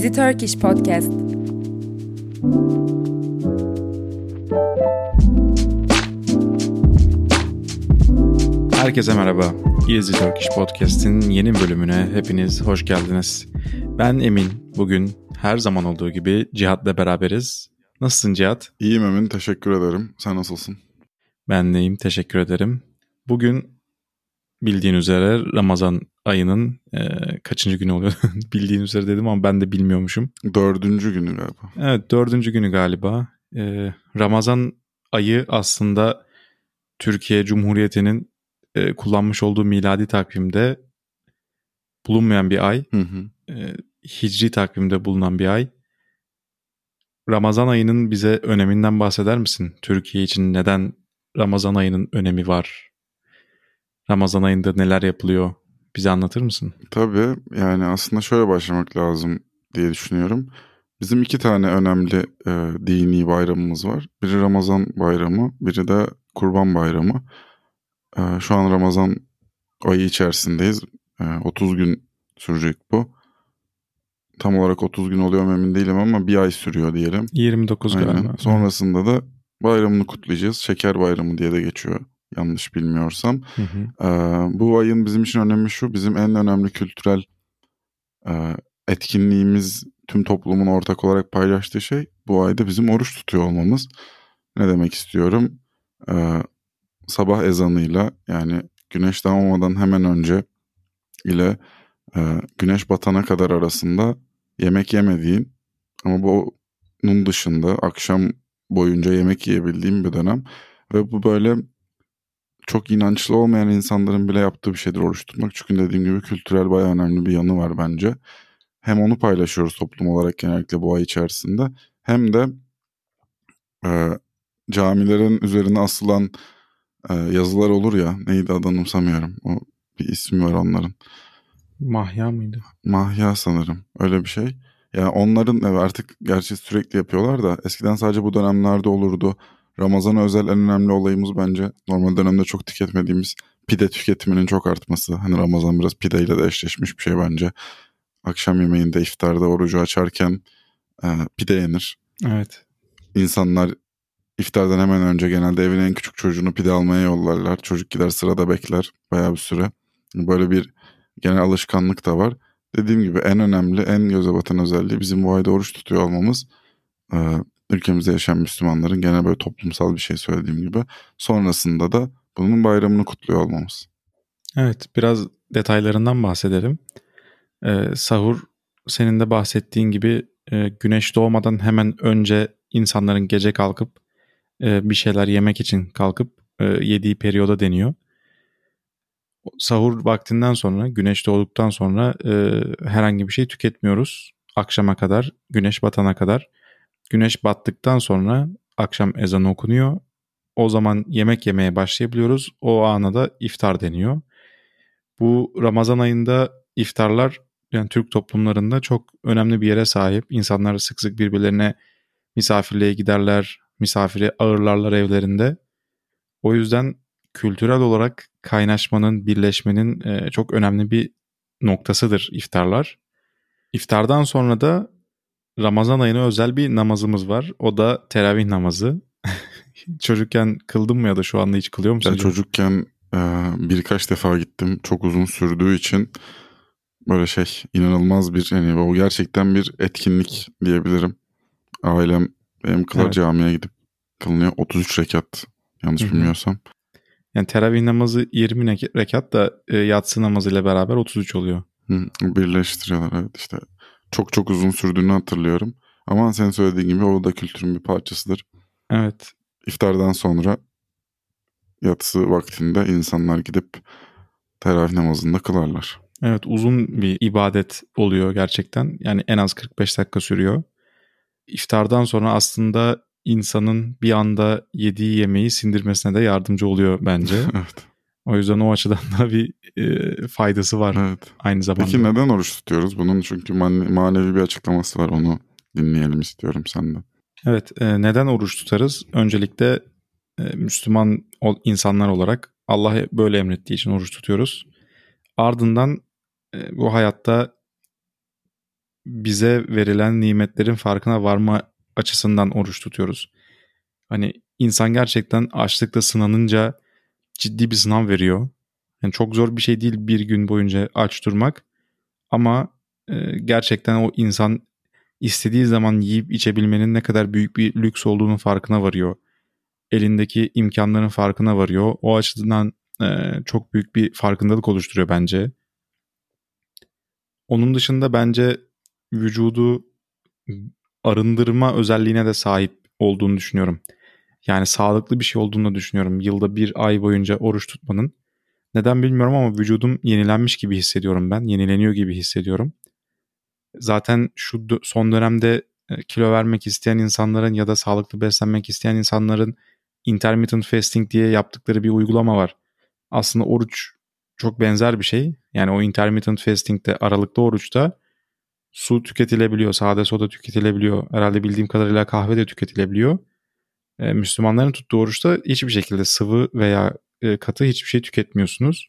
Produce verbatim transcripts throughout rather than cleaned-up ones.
Easy Turkish Podcast. Herkese merhaba. Easy Turkish Podcast'in yeni bölümüne hepiniz hoş geldiniz. Ben Emin. Bugün her zaman olduğu gibi Cihat'la beraberiz. Nasılsın Cihat? İyiyim Emin, teşekkür ederim. Sen nasılsın? Ben de iyiyim, teşekkür ederim. Bugün bildiğin üzere Ramazan ayının e, kaçıncı günü oluyor? Bildiğin üzere dedim ama ben de bilmiyormuşum. Dördüncü günü galiba. Evet, dördüncü günü galiba. E, Ramazan ayı aslında Türkiye Cumhuriyeti'nin e, kullanmış olduğu miladi takvimde bulunmayan bir ay. Hı hı. E, hicri takvimde bulunan bir ay. Ramazan ayının bize öneminden bahseder misin? Türkiye için neden Ramazan ayının önemi var? Ramazan ayında neler yapılıyor? Bize anlatır mısın? Tabii, yani aslında şöyle başlamak lazım diye düşünüyorum. Bizim iki tane önemli e, dini bayramımız var. Biri Ramazan bayramı, biri de Kurban bayramı. E, şu an Ramazan ayı içerisindeyiz. E, otuz gün sürecek bu. Tam olarak otuz gün oluyor mu emin değilim ama bir ay sürüyor diyelim. yirmi dokuz Aynen. galiba. Sonrasında da bayramını kutlayacağız. Şeker bayramı diye de geçiyor. Yanlış bilmiyorsam. Hı hı. Ee, bu ayın bizim için önemi şu. Bizim en önemli kültürel e, etkinliğimiz, tüm toplumun ortak olarak paylaştığı şey bu ayda bizim oruç tutuyor olmamız. Ne demek istiyorum? Ee, sabah ezanıyla, yani güneş doğmadan hemen önce ile e, güneş batana kadar arasında yemek yemediğin ama bunun dışında akşam boyunca yemek yiyebildiğim bir dönem. Ve bu böyle çok inançlı olmayan insanların bile yaptığı bir şeydir oruç tutmak. Çünkü dediğim gibi kültürel bayağı önemli bir yanı var bence. Hem onu paylaşıyoruz toplum olarak genellikle bu ay içerisinde. Hem de e, camilerin üzerine asılan e, yazılar olur ya. Neydi adını anımsamıyorum. O bir ismi var onların. Mahya mıydı? Mahya sanırım. Öyle bir şey. Yani onların evet, artık gerçi sürekli yapıyorlar da eskiden sadece bu dönemlerde olurdu. Ramazan'a özel en önemli olayımız bence normal dönemde çok tüketmediğimiz pide tüketiminin çok artması. Hani Ramazan biraz pideyle de eşleşmiş bir şey bence. Akşam yemeğinde, iftarda orucu açarken e, pide yenir. Evet. İnsanlar iftardan hemen önce genelde evin en küçük çocuğunu pide almaya yollarlar. Çocuk gider sırada bekler bayağı bir süre. Böyle bir genel alışkanlık da var. Dediğim gibi en önemli, en göze batan özelliği bizim bu ayda oruç tutuyor olmamız. Ee, ülkemizde yaşayan Müslümanların genel böyle toplumsal bir şey söylediğim gibi. Sonrasında da bunun bayramını kutluyor olmamız. Evet, biraz detaylarından bahsedelim. Ee, sahur senin de bahsettiğin gibi e, güneş doğmadan hemen önce insanların gece kalkıp e, bir şeyler yemek için kalkıp e, yediği periyoda deniyor. Sahur vaktinden sonra, güneş doğduktan sonra e, herhangi bir şey tüketmiyoruz. Akşama kadar, güneş batana kadar. Güneş battıktan sonra akşam ezanı okunuyor. O zaman yemek yemeye başlayabiliyoruz. O ana da iftar deniyor. Bu Ramazan ayında iftarlar yani Türk toplumlarında çok önemli bir yere sahip. İnsanlar sık sık birbirlerine misafirliğe giderler, misafiri ağırlarlar evlerinde. O yüzden kültürel olarak kaynaşmanın, birleşmenin e, çok önemli bir noktasıdır iftarlar. İftardan sonra da Ramazan ayına özel bir namazımız var. O da teravih namazı. Çocukken kıldın mı ya da şu anda hiç kılıyor musun? Ben çocukken e, birkaç defa gittim. Çok uzun sürdüğü için böyle şey inanılmaz bir, yani o gerçekten bir etkinlik diyebilirim. Ailem benim kılar Evet. camiye gidip kılınıyor. otuz üç rekat yanlış Hı-hı. bilmiyorsam. Yani teravih namazı yirmi rekat da e, yatsı namazıyla beraber otuz üç oluyor. Hı, birleştiriyorlar evet işte. Çok çok uzun sürdüğünü hatırlıyorum. Ama senin söylediğin gibi o da kültürün bir parçasıdır. Evet. İftardan sonra yatsı vaktinde insanlar gidip teravih namazını da kılarlar. Evet, uzun bir ibadet oluyor gerçekten. Yani en az kırk beş dakika sürüyor. İftardan sonra aslında insanın bir anda yediği yemeği sindirmesine de yardımcı oluyor bence. Evet. O yüzden o açıdan da bir e, faydası var Evet. aynı zamanda. Peki neden oruç tutuyoruz? Bunun çünkü man- manevi bir açıklaması var. Onu dinleyelim istiyorum senden. Evet, e, neden oruç tutarız? Öncelikle e, Müslüman insanlar olarak Allah böyle emrettiği için oruç tutuyoruz. Ardından e, bu hayatta bize verilen nimetlerin farkına varma açısından oruç tutuyoruz. Hani insan gerçekten açlıkla sınanınca ciddi bir sınav veriyor. Yani çok zor bir şey değil bir gün boyunca aç durmak. Ama e, gerçekten o insan istediği zaman yiyip içebilmenin ne kadar büyük bir lüks olduğunun farkına varıyor. Elindeki imkanların farkına varıyor. O açıdan e, çok büyük bir farkındalık oluşturuyor bence. Onun dışında bence vücudu arındırma özelliğine de sahip olduğunu düşünüyorum. Yani sağlıklı bir şey olduğunu düşünüyorum. Yılda bir ay boyunca oruç tutmanın. Neden bilmiyorum ama vücudum yenilenmiş gibi hissediyorum ben. Yenileniyor gibi hissediyorum. Zaten şu son dönemde kilo vermek isteyen insanların ya da sağlıklı beslenmek isteyen insanların intermittent fasting diye yaptıkları bir uygulama var. Aslında oruç çok benzer bir şey. Yani o intermittent fasting'de, aralıklı oruçta su tüketilebiliyor, sade soda tüketilebiliyor. Herhalde bildiğim kadarıyla kahve de tüketilebiliyor. Ee, Müslümanların tuttuğu oruçta hiçbir şekilde sıvı veya e, katı hiçbir şey tüketmiyorsunuz.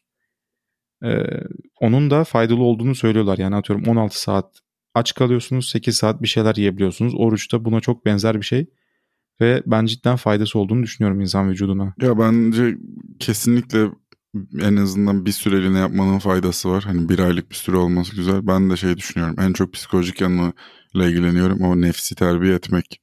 Ee, onun da faydalı olduğunu söylüyorlar. Yani atıyorum on altı saat aç kalıyorsunuz, sekiz saat bir şeyler yiyebiliyorsunuz. Oruçta buna çok benzer bir şey ve ben cidden faydası olduğunu düşünüyorum insan vücuduna. Ya bence kesinlikle en azından bir süreliğine yapmanın faydası var. Hani bir aylık bir süre olması güzel. Ben de şey düşünüyorum. En çok psikolojik yanıyla ilgileniyorum ama nefsi terbiye etmek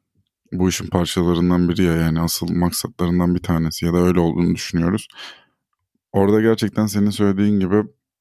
bu işin parçalarından biri ya, yani asıl maksatlarından bir tanesi ya da öyle olduğunu düşünüyoruz. Orada gerçekten senin söylediğin gibi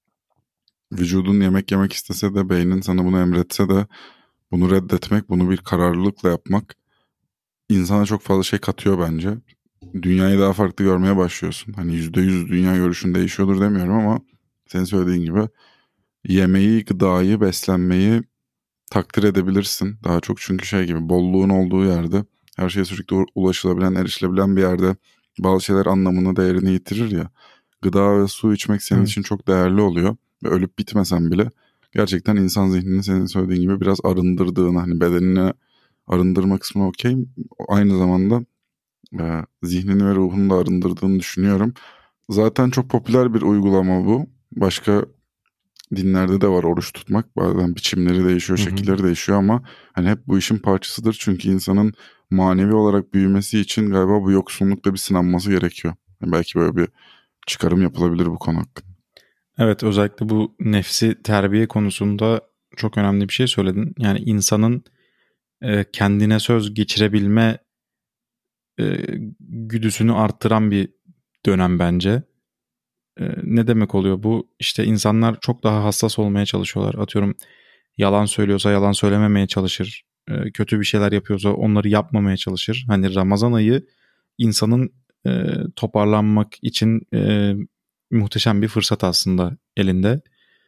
vücudun yemek yemek istese de, beynin sana bunu emretse de bunu reddetmek, bunu bir kararlılıkla yapmak insana çok fazla şey katıyor bence. Dünyayı daha farklı görmeye başlıyorsun. Hani yüzde yüz dünya görüşün değişiyordur demiyorum ama senin söylediğin gibi yemeği, gıdayı, beslenmeyi takdir edebilirsin. Daha çok çünkü şey gibi, bolluğun olduğu yerde, her şeye sürekli ulaşılabilen, erişilebilen bir yerde bazı şeyler anlamını, değerini yitirir ya. Gıda ve su içmek senin Evet. için çok değerli oluyor. Ve ölüp bitmesen bile gerçekten insan zihnini senin söylediğin gibi biraz arındırdığını, hani bedenini arındırma kısmına okey, aynı zamanda e, zihnini ve ruhunu da arındırdığını düşünüyorum. Zaten çok popüler bir uygulama bu. Başka dinlerde de var oruç tutmak. Bazen biçimleri değişiyor, Hı hı. şekilleri değişiyor ama hani hep bu işin parçasıdır. Çünkü insanın manevi olarak büyümesi için galiba bu yoksunlukla bir sınanması gerekiyor. Yani belki böyle bir çıkarım yapılabilir bu konu hakkında. Evet, özellikle bu nefsi terbiye konusunda çok önemli bir şey söyledin. Yani insanın e, kendine söz geçirebilme e, güdüsünü arttıran bir dönem bence. E, ne demek oluyor bu? İşte insanlar çok daha hassas olmaya çalışıyorlar. Atıyorum yalan söylüyorsa yalan söylememeye çalışır. E, kötü bir şeyler yapıyorsa onları yapmamaya çalışır. Hani Ramazan ayı insanın e, toparlanmak için e, muhteşem bir fırsat aslında elinde.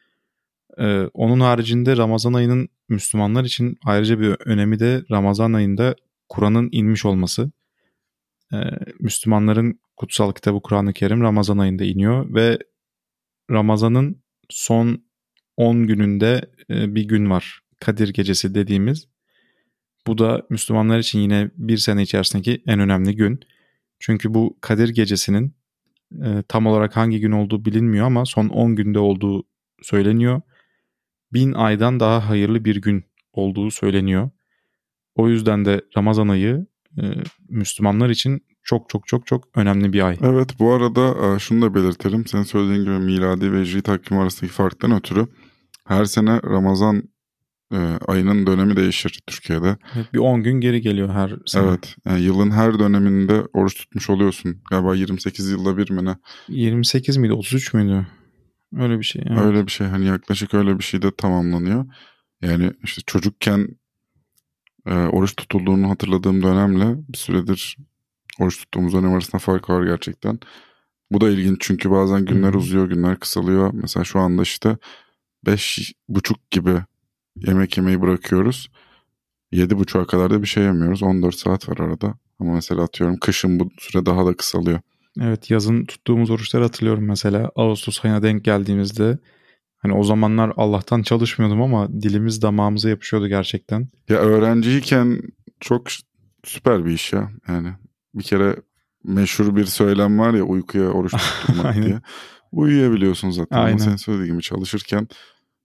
E, onun haricinde Ramazan ayının Müslümanlar için ayrıca bir önemi de Ramazan ayında Kur'an'ın inmiş olması. E, Müslümanların kutsal kitabı Kur'an-ı Kerim Ramazan ayında iniyor ve Ramazan'ın son on gününde e, bir gün var. Kadir Gecesi dediğimiz. Bu da Müslümanlar için yine bir sene içerisindeki en önemli gün. Çünkü bu Kadir Gecesi'nin e, tam olarak hangi gün olduğu bilinmiyor ama son on günde olduğu söyleniyor. Bin aydan daha hayırlı bir gün olduğu söyleniyor. O yüzden de Ramazan ayı e, Müslümanlar için çok çok çok çok önemli bir ay. Evet, bu arada e, şunu da belirtelim. Senin söylediğin gibi miladi ve hicri takvim arasındaki farktan ötürü her sene Ramazan e, ayının dönemi değişir Türkiye'de. Evet, bir on gün geri geliyor her sene. Evet, yani yılın her döneminde oruç tutmuş oluyorsun. Galiba yirmi sekiz yılda bir mi ne? yirmi sekiz miydi, otuz üç müydü? Öyle bir şey. Evet. Öyle bir şey, hani yaklaşık öyle bir şey de tamamlanıyor. Yani işte çocukken e, oruç tutulduğunu hatırladığım dönemle bir süredir oruç tuttuğumuz dönem arasında fark var gerçekten. Bu da ilginç çünkü bazen günler Hı-hı. uzuyor, günler kısalıyor. Mesela şu anda işte beş buçuk gibi yemek yemeyi bırakıyoruz. Yedi buçuğa kadar da bir şey yemiyoruz. on dört saat var arada. Ama mesela atıyorum kışın bu süre daha da kısalıyor. Evet, yazın tuttuğumuz oruçları hatırlıyorum mesela. Ağustos ayına denk geldiğimizde hani o zamanlar Allah'tan çalışmıyordum ama dilimiz damağımıza yapışıyordu gerçekten. Ya öğrenciyken çok süper bir iş ya. Yani bir kere meşhur bir söylem var ya, uykuya oruç tutturmak Aynen. diye. Uyuyabiliyorsun zaten ama Aynen. sen söylediğin gibi çalışırken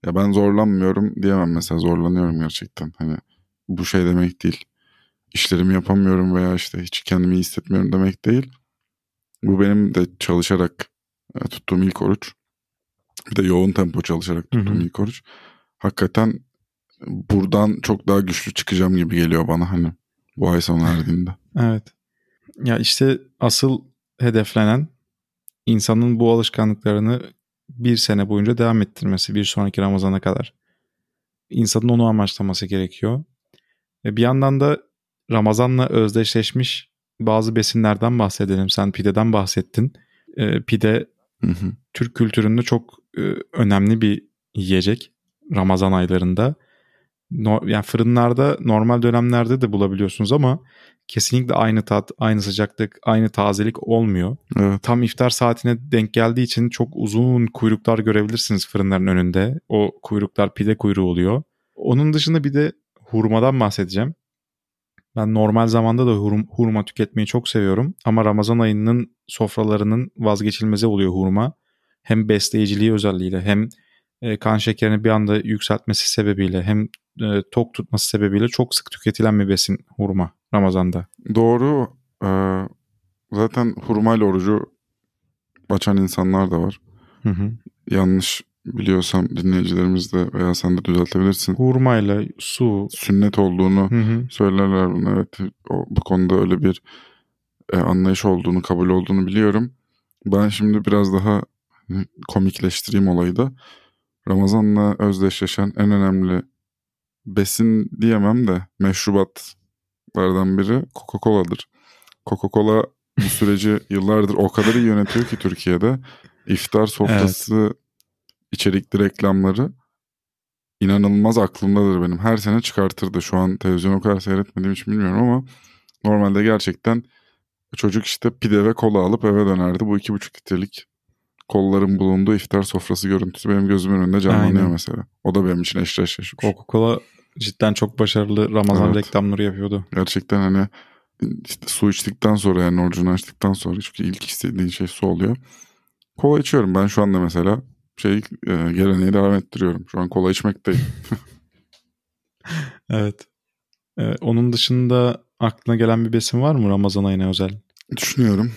Ya ben zorlanmıyorum diyemem mesela, zorlanıyorum gerçekten. Hani bu şey demek değil. İşlerimi yapamıyorum veya işte hiç kendimi iyi hissetmiyorum demek değil. Bu benim de çalışarak e, tuttuğum ilk oruç. Bir de yoğun tempo çalışarak tuttuğum Hı hı. ilk oruç. Hakikaten buradan çok daha güçlü çıkacağım gibi geliyor bana hani bu ay sonu erdiğinde. Evet. Ya işte asıl hedeflenen insanın bu alışkanlıklarını bir sene boyunca devam ettirmesi, bir sonraki Ramazan'a kadar. İnsanın onu amaçlaması gerekiyor. Ve bir yandan da Ramazan'la özdeşleşmiş bazı besinlerden bahsedelim. Sen pideden bahsettin. Ee, pide Hı hı. Türk kültüründe çok e, önemli bir yiyecek Ramazan aylarında. No, yani fırınlarda normal dönemlerde de bulabiliyorsunuz ama kesinlikle aynı tat, aynı sıcaklık, aynı tazelik olmuyor. Evet. Tam iftar saatine denk geldiği için çok uzun kuyruklar görebilirsiniz fırınların önünde. O kuyruklar pide kuyruğu oluyor. Onun dışında bir de hurmadan bahsedeceğim. Ben normal zamanda da hurum, hurma tüketmeyi çok seviyorum. Ama Ramazan ayının sofralarının vazgeçilmezi oluyor hurma. Hem besleyiciliği özelliğiyle hem e, kan şekerini bir anda yükseltmesi sebebiyle hem e, tok tutması sebebiyle çok sık tüketilen bir besin hurma Ramazan'da. Doğru. Ee, zaten hurmayla orucu açan insanlar da var. Hı hı. Yanlış biliyorsam dinleyicilerimiz de veya sen de düzeltebilirsin. Hurmayla su. Sünnet olduğunu Hı hı. söylerler bunu. Evet, o, bu konuda öyle bir e, anlayış olduğunu, kabul olduğunu biliyorum. Ben şimdi biraz daha hani, komikleştireyim olayı da. Ramazan'la özdeşleşen en önemli besin diyemem de meşrubatlardan biri Coca-Cola'dır. Coca-Cola bu süreci yıllardır o kadar iyi yönetiyor ki Türkiye'de. İftar sofrası evet. içerikli reklamları inanılmaz aklımdadır benim. Her sene çıkartırdı. Şu an televizyonu o kadar seyretmediğim için bilmiyorum ama normalde gerçekten çocuk işte pide ve kola alıp eve dönerdi. Bu iki buçuk litrelik kolların bulunduğu iftar sofrası görüntüsü benim gözümün önünde canlanıyor Aynen. mesela. O da benim için eşleşmiş. Coca-Cola cidden çok başarılı Ramazan evet. reklamları yapıyordu. Gerçekten hani işte su içtikten sonra, yani orucunu açtıktan sonra, çünkü ilk istediğin şey su oluyor. Kola içiyorum ben şu anda mesela. Şey e, geleneği devam ettiriyorum. Şu an kola içmekteyim. Evet. Ee, onun dışında aklına gelen bir besin var mı Ramazan ayına özel? Düşünüyorum.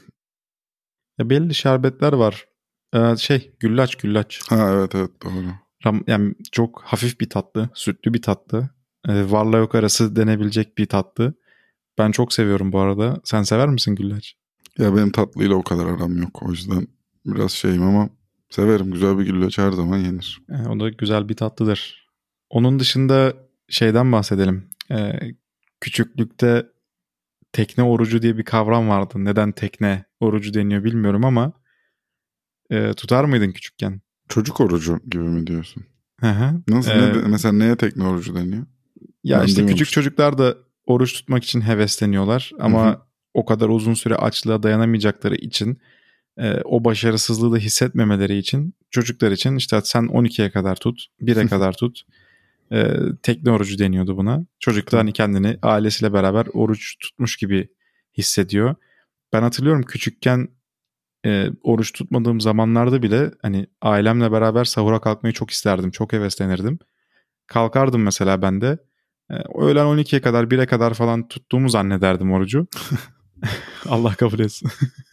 Ya belli şerbetler var. Ee, şey güllaç güllaç. Ha evet evet doğru. Ram, yani çok hafif bir tatlı, sütlü bir tatlı. Ee, varla yok arası denebilecek bir tatlı. Ben çok seviyorum bu arada. Sen sever misin güllaç? Ya benim tatlıyla o kadar aram yok. O yüzden biraz şeyim ama severim. Güzel bir güllaç her zaman yenir. Ee, o da güzel bir tatlıdır. Onun dışında şeyden bahsedelim. Ee, küçüklükte tekne orucu diye bir kavram vardı. Neden tekne orucu deniyor bilmiyorum ama e, tutar mıydın küçükken? Çocuk orucu gibi mi diyorsun? Hı hı. Nasıl? Ee, Ne, mesela neye tekne orucu deniyor? ya Ben işte küçük duymamıştım. çocuklar da oruç tutmak için hevesleniyorlar ama Hı hı. o kadar uzun süre açlığa dayanamayacakları için e, o başarısızlığı da hissetmemeleri için çocuklar için işte sen on ikiye kadar tut, bire kadar tut. E, tekne orucu deniyordu buna. Çocuk da hani kendini ailesiyle beraber oruç tutmuş gibi hissediyor. Ben hatırlıyorum küçükken e, oruç tutmadığım zamanlarda bile hani ailemle beraber sahura kalkmayı çok isterdim. Çok heveslenirdim. Kalkardım mesela ben de. E, öğlen on ikiye kadar bire kadar falan tuttuğumu zannederdim orucu. Allah kabul etsin.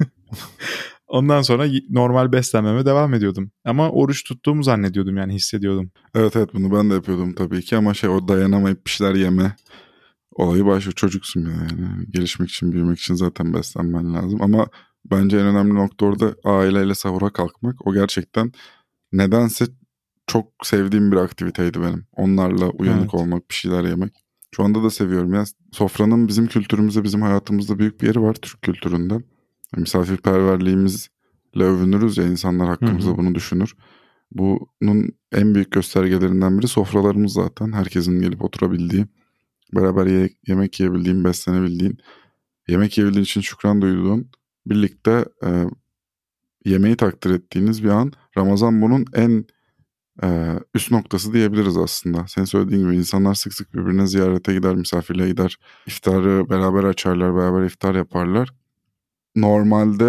Ondan sonra normal beslenmeme devam ediyordum. Ama oruç tuttuğumu zannediyordum, yani hissediyordum. Evet evet bunu ben de yapıyordum tabii ki ama şey, o dayanamayıp bir şeyler yeme olayı başlıyor. Çocuksun ya yani. Gelişmek için, büyümek için zaten beslenmen lazım. Ama bence en önemli nokta orada aileyle sahura kalkmak. O gerçekten nedense çok sevdiğim bir aktiviteydi benim. Onlarla uyanık Evet. olmak, bir şeyler yemek. Şu anda da seviyorum ya. Sofranın bizim kültürümüzde, bizim hayatımızda büyük bir yeri var, Türk kültüründe. Misafirperverliğimizle övünürüz ya, insanlar Hı hakkımızda hı. bunu düşünür. Bunun en büyük göstergelerinden biri sofralarımız zaten. Herkesin gelip oturabildiği, beraber ye- yemek yiyebildiğin, beslenebildiğin, yemek yiyebildiğin için şükran duyduğun, birlikte e, yemeği takdir ettiğiniz bir an. Ramazan bunun en e, üst noktası diyebiliriz aslında. Senin söylediğin gibi insanlar sık sık birbirine ziyarete gider, misafirliğe gider. İftarı beraber açarlar, beraber iftar yaparlar. Normalde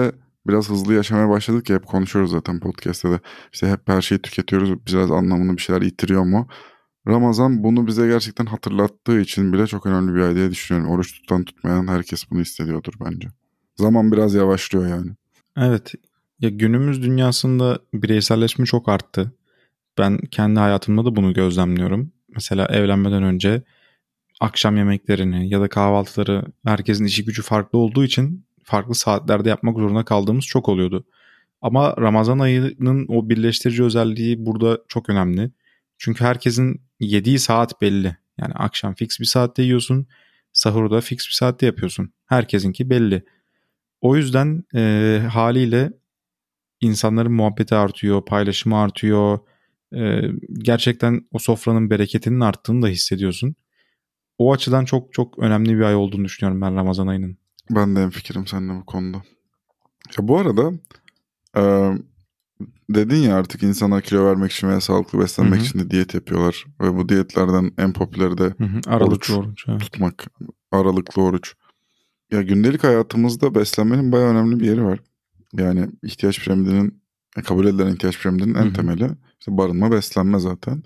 biraz hızlı yaşamaya başladık ya, hep konuşuyoruz zaten podcast'te de. İşte hep her şeyi tüketiyoruz. Biraz anlamını bir şeyler yitiriyor mu? Ramazan bunu bize gerçekten hatırlattığı için bile çok önemli bir ay diye düşünüyorum. Oruç tutan tutmayan herkes bunu hissediyordur bence. Zaman biraz yavaşlıyor yani. Evet. Ya günümüz dünyasında bireyselleşme çok arttı. Ben kendi hayatımda da bunu gözlemliyorum. Mesela evlenmeden önce akşam yemeklerini ya da kahvaltıları herkesin işi gücü farklı olduğu için farklı saatlerde yapmak zorunda kaldığımız çok oluyordu. Ama Ramazan ayının o birleştirici özelliği burada çok önemli. Çünkü herkesin yediği saat belli. Yani akşam fix bir saatte yiyorsun, sahuru da fix bir saatte yapıyorsun. Herkesinki belli. O yüzden e, haliyle insanların muhabbeti artıyor, paylaşımı artıyor. E, gerçekten o sofranın bereketinin arttığını da hissediyorsun. O açıdan çok çok önemli bir ay olduğunu düşünüyorum ben Ramazan ayının. Ben de hemfikirim seninle bu konuda. Ya bu arada e, dedin ya, artık insanlar kilo vermek için veya sağlıklı beslenmek Hı hı. için de diyet yapıyorlar. Ve bu diyetlerden en popüleri de Hı hı. oruç Aralıklı oruç. Evet. tutmak. Aralıklı oruç. Ya gündelik hayatımızda beslenmenin bayağı önemli bir yeri var. Yani ihtiyaç piramidinin, kabul edilen ihtiyaç piramidinin en Hı hı. temeli işte barınma, beslenme zaten.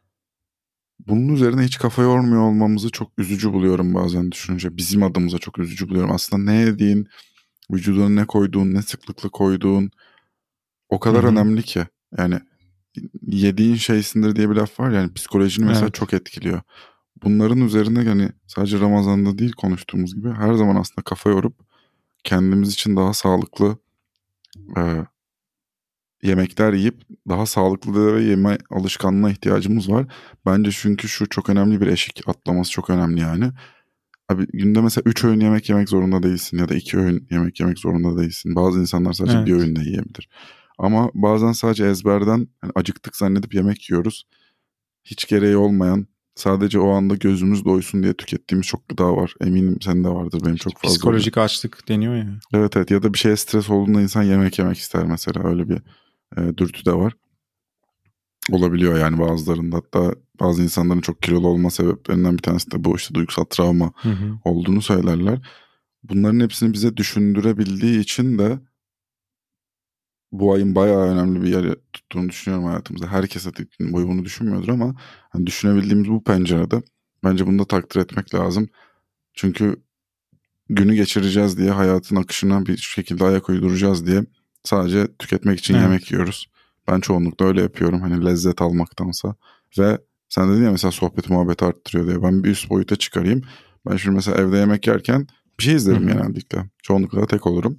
Bunun üzerine hiç kafa yormuyor olmamızı çok üzücü buluyorum bazen düşününce. Bizim adımıza çok üzücü buluyorum. Aslında ne yediğin, vücuduna ne koyduğun, ne sıklıkla koyduğun o Hı kadar hı. önemli ki. Yani yediğin şeysindir diye bir laf var, yani psikolojini mesela Evet. çok etkiliyor. Bunların üzerine yani sadece Ramazan'da değil, konuştuğumuz gibi her zaman aslında kafa yorup kendimiz için daha sağlıklı e, yemekler yiyip daha sağlıklı ve yeme alışkanlığına ihtiyacımız var. Bence çünkü şu çok önemli bir eşik atlaması çok önemli yani. Abi günde mesela üç öğün yemek yemek zorunda değilsin ya da iki öğün yemek yemek zorunda değilsin. Bazı insanlar sadece bir Evet. öğün de yiyebilir. Ama bazen sadece ezberden yani acıktık zannedip yemek yiyoruz. Hiç gereği olmayan, sadece o anda gözümüz doysun diye tükettiğimiz çok gıda var. Eminim sende vardır, benim çok fazla oluyor. Psikolojik açlık deniyor ya. Evet evet, ya da bir şeye stres olduğunda insan yemek yemek ister mesela, öyle bir e, dürtü de var. Olabiliyor yani bazılarında, hatta bazı insanların çok kilolu olma sebeplerinden bir tanesi de bu, işte duygusal travma Hı hı. olduğunu söylerler. Bunların hepsini bize düşündürebildiği için de bu ayın bayağı önemli bir yeri tuttuğunu düşünüyorum hayatımızda. Herkes artık gün boyu bunu düşünmüyordur ama hani düşünebildiğimiz bu pencerede bence bunu da takdir etmek lazım. Çünkü günü geçireceğiz diye, hayatın akışına bir şekilde ayak uyduracağız diye sadece tüketmek için Evet. yemek yiyoruz. Ben çoğunlukla öyle yapıyorum, hani lezzet almaktansa. Ve sen dedin ya mesela sohbet muhabbet arttırıyor diye, ben bir üst boyuta çıkarayım. Ben şimdi mesela evde yemek yerken bir şey izlerim Hı hı. genellikle. Çoğunlukla da tek olurum.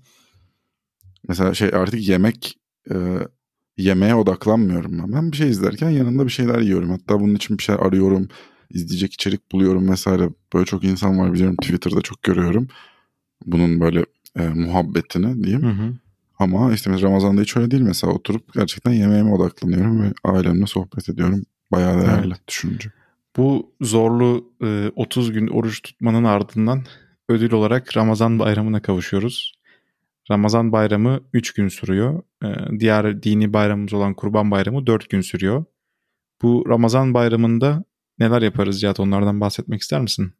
Mesela şey, artık yemek e, yemeğe odaklanmıyorum ben. Ben bir şey izlerken yanında bir şeyler yiyorum. Hatta bunun için bir şey arıyorum. İzleyecek içerik buluyorum vesaire. Böyle çok insan var biliyorum, Twitter'da çok görüyorum. Bunun böyle e, muhabbetini Hı diyeyim. hı. Ama işte mesela Ramazan'da hiç öyle değil mesela. Oturup gerçekten yemeğime odaklanıyorum ve ailemle sohbet ediyorum. Bayağı değerli Evet. düşününce. Bu zorlu e, otuz gün oruç tutmanın ardından ödül olarak Ramazan bayramına kavuşuyoruz. Ramazan bayramı üç gün sürüyor. E, diğer dini bayramımız olan Kurban Bayramı dört gün sürüyor. Bu Ramazan bayramında neler yaparız Cihat? Onlardan bahsetmek ister misin?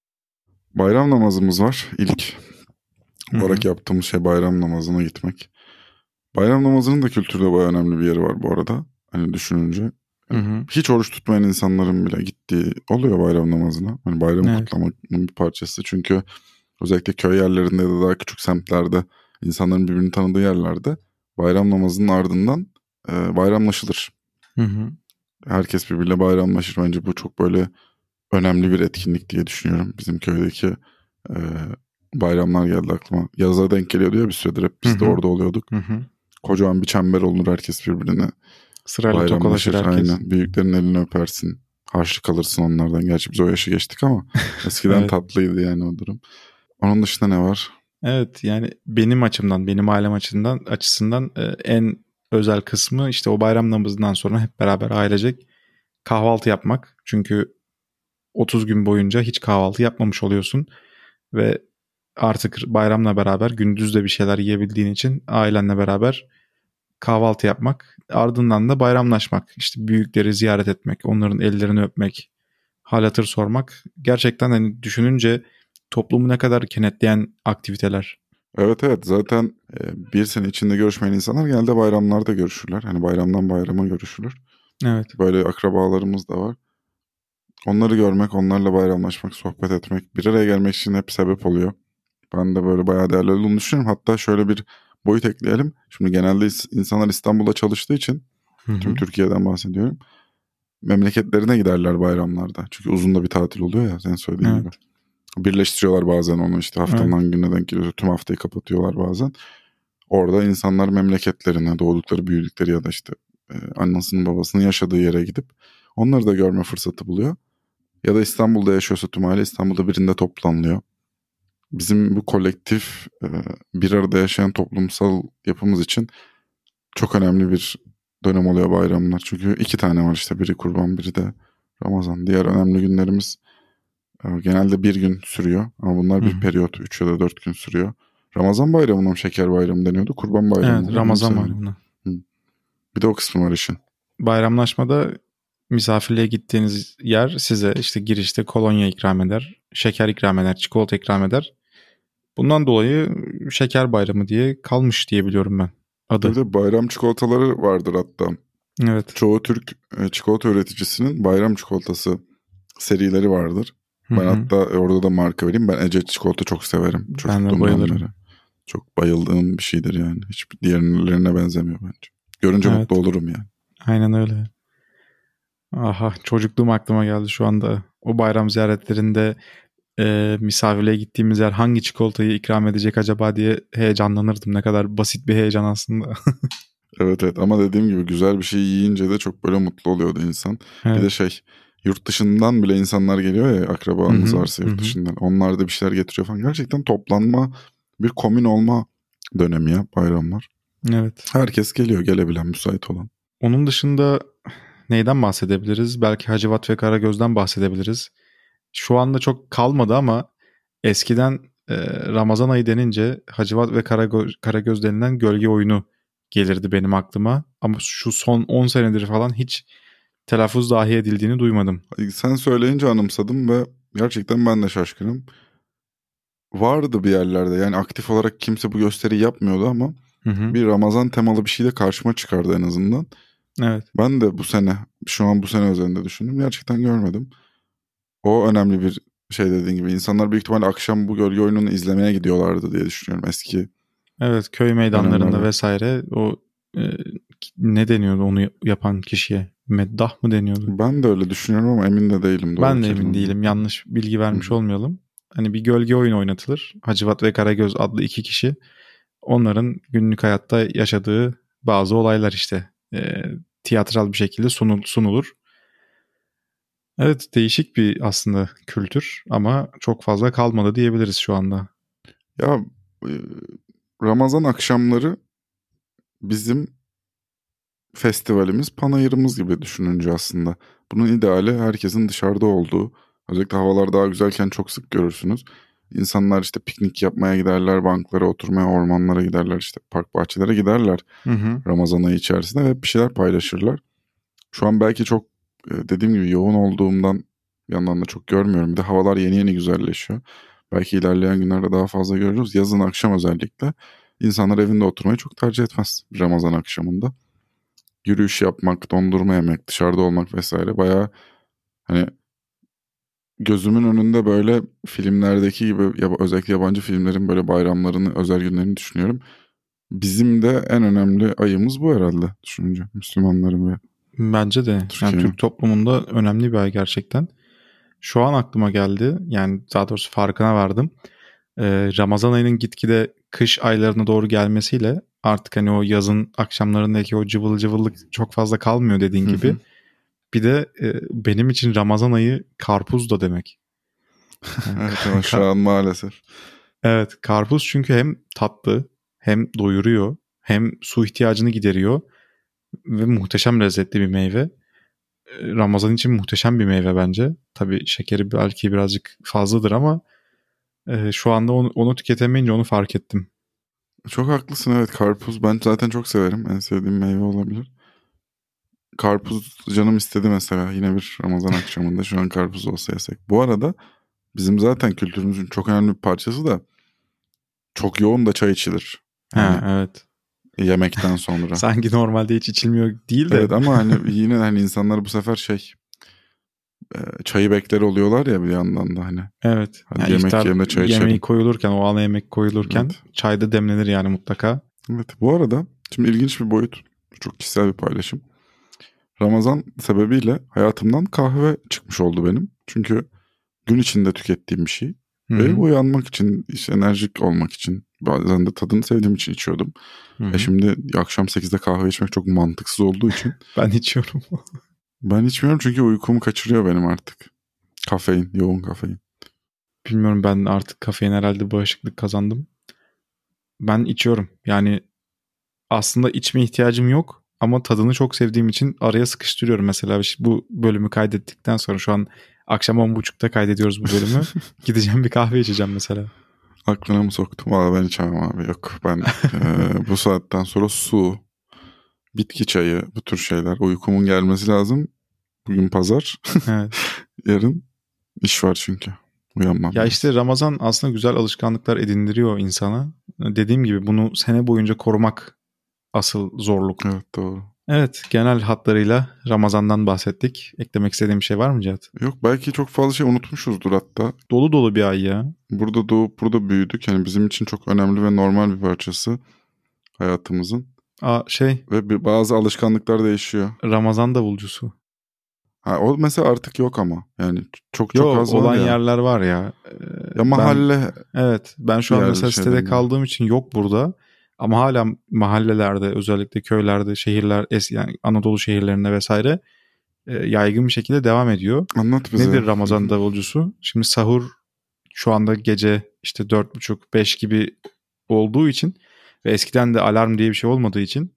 Bayram namazımız var. İlk Hı olarak hı. yaptığımız şey bayram namazına gitmek. Bayram namazının da kültürde bayağı önemli bir yeri var bu arada. Hani düşününce. Hı hı. Hiç oruç tutmayan insanların bile gittiği oluyor bayram namazına. Hani bayramı Evet. kutlamanın bir parçası. Çünkü özellikle köy yerlerinde ya da daha küçük semtlerde, insanların birbirini tanıdığı yerlerde bayram namazının ardından e, bayramlaşılır. Hı hı. Herkes birbiriyle bayramlaşır. Bence bu çok böyle önemli bir etkinlik diye düşünüyorum. Bizim köydeki e, bayramlar geldi aklıma. Yaza denk geliyordu ya, bir süredir hep Hı biz de hı. orada oluyorduk. Hı hı. Kocaman bir çember olunur, herkes birbirine Sırayla tokalaşır bayramlaşır. herkes. Aynen. Büyüklerin elini öpersin. Harçlık alırsın onlardan. Gerçi biz o yaşı geçtik ama eskiden Evet. tatlıydı yani o durum. Onun dışında ne var? Evet, yani benim açımdan, benim ailem açısından açısından e, en özel kısmı işte o bayram namazından sonra hep beraber ailecek kahvaltı yapmak. Çünkü otuz gün boyunca hiç kahvaltı yapmamış oluyorsun ve artık bayramla beraber gündüz de bir şeyler yiyebildiğin için ailenle beraber kahvaltı yapmak, ardından da bayramlaşmak, işte büyükleri ziyaret etmek, onların ellerini öpmek, hal hatır sormak gerçekten hani düşününce toplumu ne kadar kenetleyen aktiviteler. Evet evet, zaten bir sene içinde görüşmeyen insanlar genelde bayramlarda görüşürler. Hani bayramdan bayrama görüşülür. Evet. Böyle akrabalarımız da var. Onları görmek, onlarla bayramlaşmak, sohbet etmek, bir araya gelmek için hep sebep oluyor. Ben de böyle bayağı değerli olduğunu düşünüyorum. Hatta şöyle bir boyut ekleyelim. Şimdi genelde insanlar İstanbul'da çalıştığı için, Hı hı. tüm Türkiye'den bahsediyorum, memleketlerine giderler bayramlarda. Çünkü uzun da bir tatil oluyor ya, sen söylediğin Evet. gibi. Birleştiriyorlar bazen onu, işte haftanın Evet. hangi gününe denk geliyorsa tüm haftayı kapatıyorlar bazen. Orada insanlar memleketlerine, doğdukları, büyüdükleri ya da işte e, annesinin babasının yaşadığı yere gidip onları da görme fırsatı buluyor. Ya da İstanbul'da yaşıyorsa tüm aile İstanbul'da birinde toplanılıyor. Bizim bu kolektif e, bir arada yaşayan toplumsal yapımız için çok önemli bir dönem oluyor bayramlar. Çünkü iki tane var işte, biri Kurban, biri de Ramazan. Diğer önemli günlerimiz e, genelde bir gün sürüyor ama bunlar Hı bir hı. periyot, üç ya da dört gün sürüyor. Ramazan bayramına mı şeker bayramı deniyordu, Kurban bayramı Evet, mı? Ramazan Anımsamıyorum. bayramına. Hı. Bir de o kısmı var işin. Bayramlaşmada misafirliğe gittiğiniz yer size işte girişte kolonya ikram eder, şeker ikram eder, çikolata ikram eder. Bundan dolayı şeker bayramı diye kalmış diye biliyorum ben Tabii adı. de bayram çikolataları vardır hatta. Evet. Çoğu Türk e, çikolata üreticisinin bayram çikolatası serileri vardır. Hı Ben hı. hatta orada da marka vereyim. Ben Ece çikolata çok severim Ben de çocukluğumdan beri. bayılırım. Çok bayıldığım bir şeydir yani. Hiçbir diğerlerine benzemiyor bence. Görünce Evet. mutlu olurum yani. Aynen öyle. Aha, çocukluğum aklıma geldi şu anda. O bayram ziyaretlerinde e, misafirliğe gittiğimiz yer hangi çikolatayı ikram edecek acaba diye heyecanlanırdım. Ne kadar basit bir heyecan aslında. Evet evet, ama dediğim gibi güzel bir şey yiyince de çok böyle mutlu oluyordu insan. Bir de Evet. şey, yurt dışından bile insanlar geliyor ya, Hı akrabanız hı, varsa hı yurt hı. dışından. Onlar da bir şeyler getiriyor falan. Gerçekten toplanma, bir komün olma dönemi ya bayramlar. Evet. Herkes geliyor, gelebilen, müsait olan. Onun dışında neyden bahsedebiliriz? Belki Hacivat ve Karagöz'den bahsedebiliriz. Şu anda çok kalmadı ama eskiden e, Ramazan ayı denince Hacivat ve Karagöz, Karagöz denilen gölge oyunu gelirdi benim aklıma. Ama şu son on senedir falan hiç telaffuz dahi edildiğini duymadım. Sen söyleyince anımsadım ve gerçekten ben de şaşkınım. Vardı bir yerlerde, yani aktif olarak kimse bu gösteriyi yapmıyordu ama Hı hı. bir Ramazan temalı bir şey de karşıma çıkardı en azından. Evet. Ben de bu sene, şu an bu sene üzerinde düşündüm. Gerçekten görmedim. O önemli bir şey, dediğin gibi. İnsanlar büyük ihtimalle akşam bu gölge oyununu izlemeye gidiyorlardı diye düşünüyorum eski Evet, köy meydanlarında dönemlerde. vesaire o e, ne deniyordu onu yapan kişiye? Meddah mı deniyordu? Ben de öyle düşünüyorum ama emin de değilim doğru Ben de emin kelimenin. değilim. Yanlış bilgi Hı vermiş hı. olmayalım. Hani bir gölge oyunu oynatılır. Hacivat ve Karagöz adlı iki kişi. Onların günlük hayatta yaşadığı bazı olaylar işte e, tiyatral bir şekilde sunul, sunulur. Evet, değişik bir aslında kültür ama çok fazla kalmadı diyebiliriz şu anda. Ya e, Ramazan akşamları bizim festivalimiz, panayırımız gibi düşününce aslında. Bunun ideali herkesin dışarıda olduğu. Özellikle havalar daha güzelken çok sık görürsünüz. İnsanlar işte piknik yapmaya giderler, banklara oturmaya, ormanlara giderler, işte park bahçelere giderler Hı hı. Ramazan ayı içerisinde ve bir şeyler paylaşırlar. Şu an belki çok e, dediğim gibi yoğun olduğumdan bir yandan da çok görmüyorum. Bir de havalar yeni yeni güzelleşiyor. Belki ilerleyen günlerde daha fazla görürüz. Yazın akşam özellikle insanlar evinde oturmayı çok tercih etmez bir Ramazan akşamında. Yürüyüş yapmak, dondurma yemek, dışarıda olmak vesaire bayağı, hani gözümün önünde böyle filmlerdeki gibi, ya, özellikle yabancı filmlerin böyle bayramlarını, özel günlerini düşünüyorum. Bizim de en önemli ayımız bu herhalde düşününce, Müslümanların ve Bence de yani Türk Türkiye'nin. toplumunda önemli bir ay gerçekten. Şu an aklıma geldi yani daha doğrusu farkına vardım. Ee, Ramazan ayının gitgide kış aylarına doğru gelmesiyle artık hani o yazın akşamlarındaki o cıvıl cıvıllık çok fazla kalmıyor dediğin Hı gibi. hı. Bir de e, benim için Ramazan ayı karpuz da demek. Yani Evet ama şu ka- an maalesef. evet, karpuz çünkü hem tatlı hem doyuruyor hem su ihtiyacını gideriyor ve muhteşem lezzetli bir meyve. E, Ramazan için muhteşem bir meyve bence. Tabii şekeri belki birazcık fazladır ama e, şu anda onu, onu tüketemeyince onu fark ettim. Çok haklısın, evet, karpuz ben zaten çok severim. En sevdiğim meyve olabilir. Karpuz canım istedi mesela, yine bir Ramazan akşamında şu an karpuz olsa yesek. Bu arada bizim zaten kültürümüzün çok önemli bir parçası da çok yoğun da çay içilir. Yani, ha, evet. Yemekten sonra. Sanki normalde hiç içilmiyor değil de. Evet ama hani yine hani insanlar bu sefer şey çayı bekler oluyorlar ya bir yandan da hani. Evet. Hadi yani yemek yerine çay içelim. Yemeği koyulurken, o ana yemek koyulurken evet. Çay da demlenir yani mutlaka. Evet. Bu arada şimdi ilginç bir boyut. Çok kişisel bir paylaşım. Ramazan sebebiyle hayatımdan kahve çıkmış oldu benim. Çünkü gün içinde tükettiğim bir şey. Hı-hı. Ve uyanmak için, işte enerjik olmak için, bazen de tadını sevdiğim için içiyordum. Hı-hı. E şimdi akşam sekizde kahve içmek çok mantıksız olduğu için. Ben içiyorum. Ben içmiyorum çünkü uykumu kaçırıyor benim artık. Kafein, yoğun kafein. Bilmiyorum, ben artık kafein herhalde bağışıklık kazandım. Ben içiyorum. Yani aslında içme ihtiyacım yok ama tadını çok sevdiğim için araya sıkıştırıyorum. Mesela bu bölümü kaydettikten sonra, şu an akşam on buçukta kaydediyoruz bu bölümü. Gideceğim bir kahve içeceğim mesela. Aklına mı soktum? Valla ben içemem abi, yok. Ben e, bu saatten sonra su, bitki çayı, bu tür şeyler. Uykumun gelmesi lazım. Bugün pazar. Evet. Yarın iş var çünkü. Uyanmam ya lazım. İşte Ramazan aslında güzel alışkanlıklar edindiriyor insana. Dediğim gibi bunu sene boyunca korumak asıl zorluk. Evet, doğru. Evet, genel hatlarıyla Ramazan'dan bahsettik. Eklemek istediğim bir şey var mı Cihat? Yok, belki çok fazla şey unutmuşuzdur hatta. Dolu dolu bir ay ya. Burada doğup burada büyüdük. Yani bizim için çok önemli ve normal bir parçası hayatımızın. Aa, şey. Ve bir, bazı alışkanlıklar değişiyor. Ramazan davulcusu. Ha, o mesela artık yok ama. Yani çok Yo, çok az var olan ya. yerler var ya. Ee, ya mahalle. Ben, evet, ben şu an mesela sitede kaldığım için yok burada. Ama hala mahallelerde, özellikle köylerde, şehirler, es yani Anadolu şehirlerinde vesaire e, yaygın bir şekilde devam ediyor. Anlat bize. Nedir Ramazan davulcusu? Şimdi sahur şu anda gece işte dört buçuk beş gibi olduğu için ve eskiden de alarm diye bir şey olmadığı için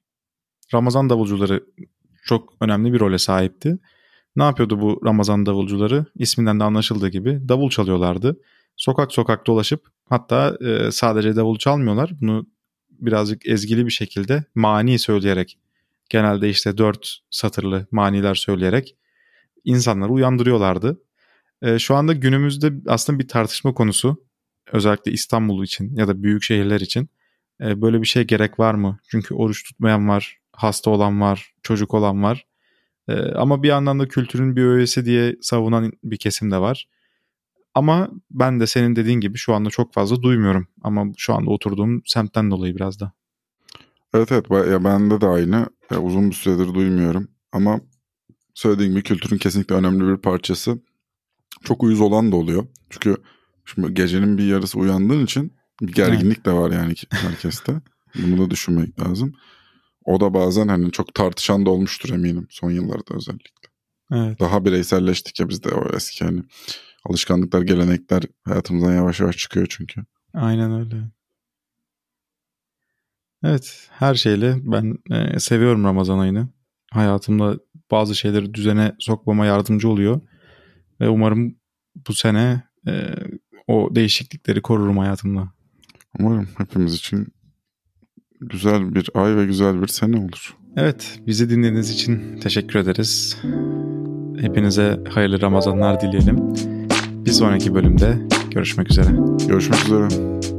Ramazan davulcuları çok önemli bir role sahipti. Ne yapıyordu bu Ramazan davulcuları? İsminden de anlaşıldığı gibi davul çalıyorlardı. Sokak sokak dolaşıp, hatta e, sadece davul çalmıyorlar. Bunu birazcık ezgili bir şekilde mani söyleyerek, genelde işte dört satırlı maniler söyleyerek insanları uyandırıyorlardı. E, şu anda günümüzde aslında bir tartışma konusu. Özellikle İstanbul için ya da büyük şehirler için. E, böyle bir şey gerek var mı? Çünkü oruç tutmayan var, hasta olan var, çocuk olan var. Ee, ama bir yandan da kültürün bir öğesi diye savunan bir kesim de var. Ama ben de senin dediğin gibi şu anda çok fazla duymuyorum. Ama şu anda oturduğum semtten dolayı biraz da. Evet evet, ya bende de aynı. Ya uzun bir süredir duymuyorum. Ama söylediğim gibi kültürün kesinlikle önemli bir parçası. Çok uyuz olan da oluyor. Çünkü şimdi gecenin bir yarısı uyandığın için bir gerginlik evet. de var yani herkeste. Bunu da düşünmek lazım. O da bazen hani çok tartışan da olmuştur eminim son yıllarda özellikle. Evet. Daha bireyselleştik ya biz de, o eski hani alışkanlıklar, gelenekler hayatımızdan yavaş yavaş çıkıyor çünkü. Aynen öyle. Evet, her şeyle ben e, seviyorum Ramazan ayını. Hayatımda bazı şeyleri düzene sokmama yardımcı oluyor. Ve umarım bu sene e, o değişiklikleri korurum hayatımda. Umarım hepimiz için güzel bir ay ve güzel bir sene olur. Evet, bizi dinlediğiniz için teşekkür ederiz. Hepinize hayırlı Ramazanlar dileyelim. Bir sonraki bölümde görüşmek üzere. Görüşmek üzere.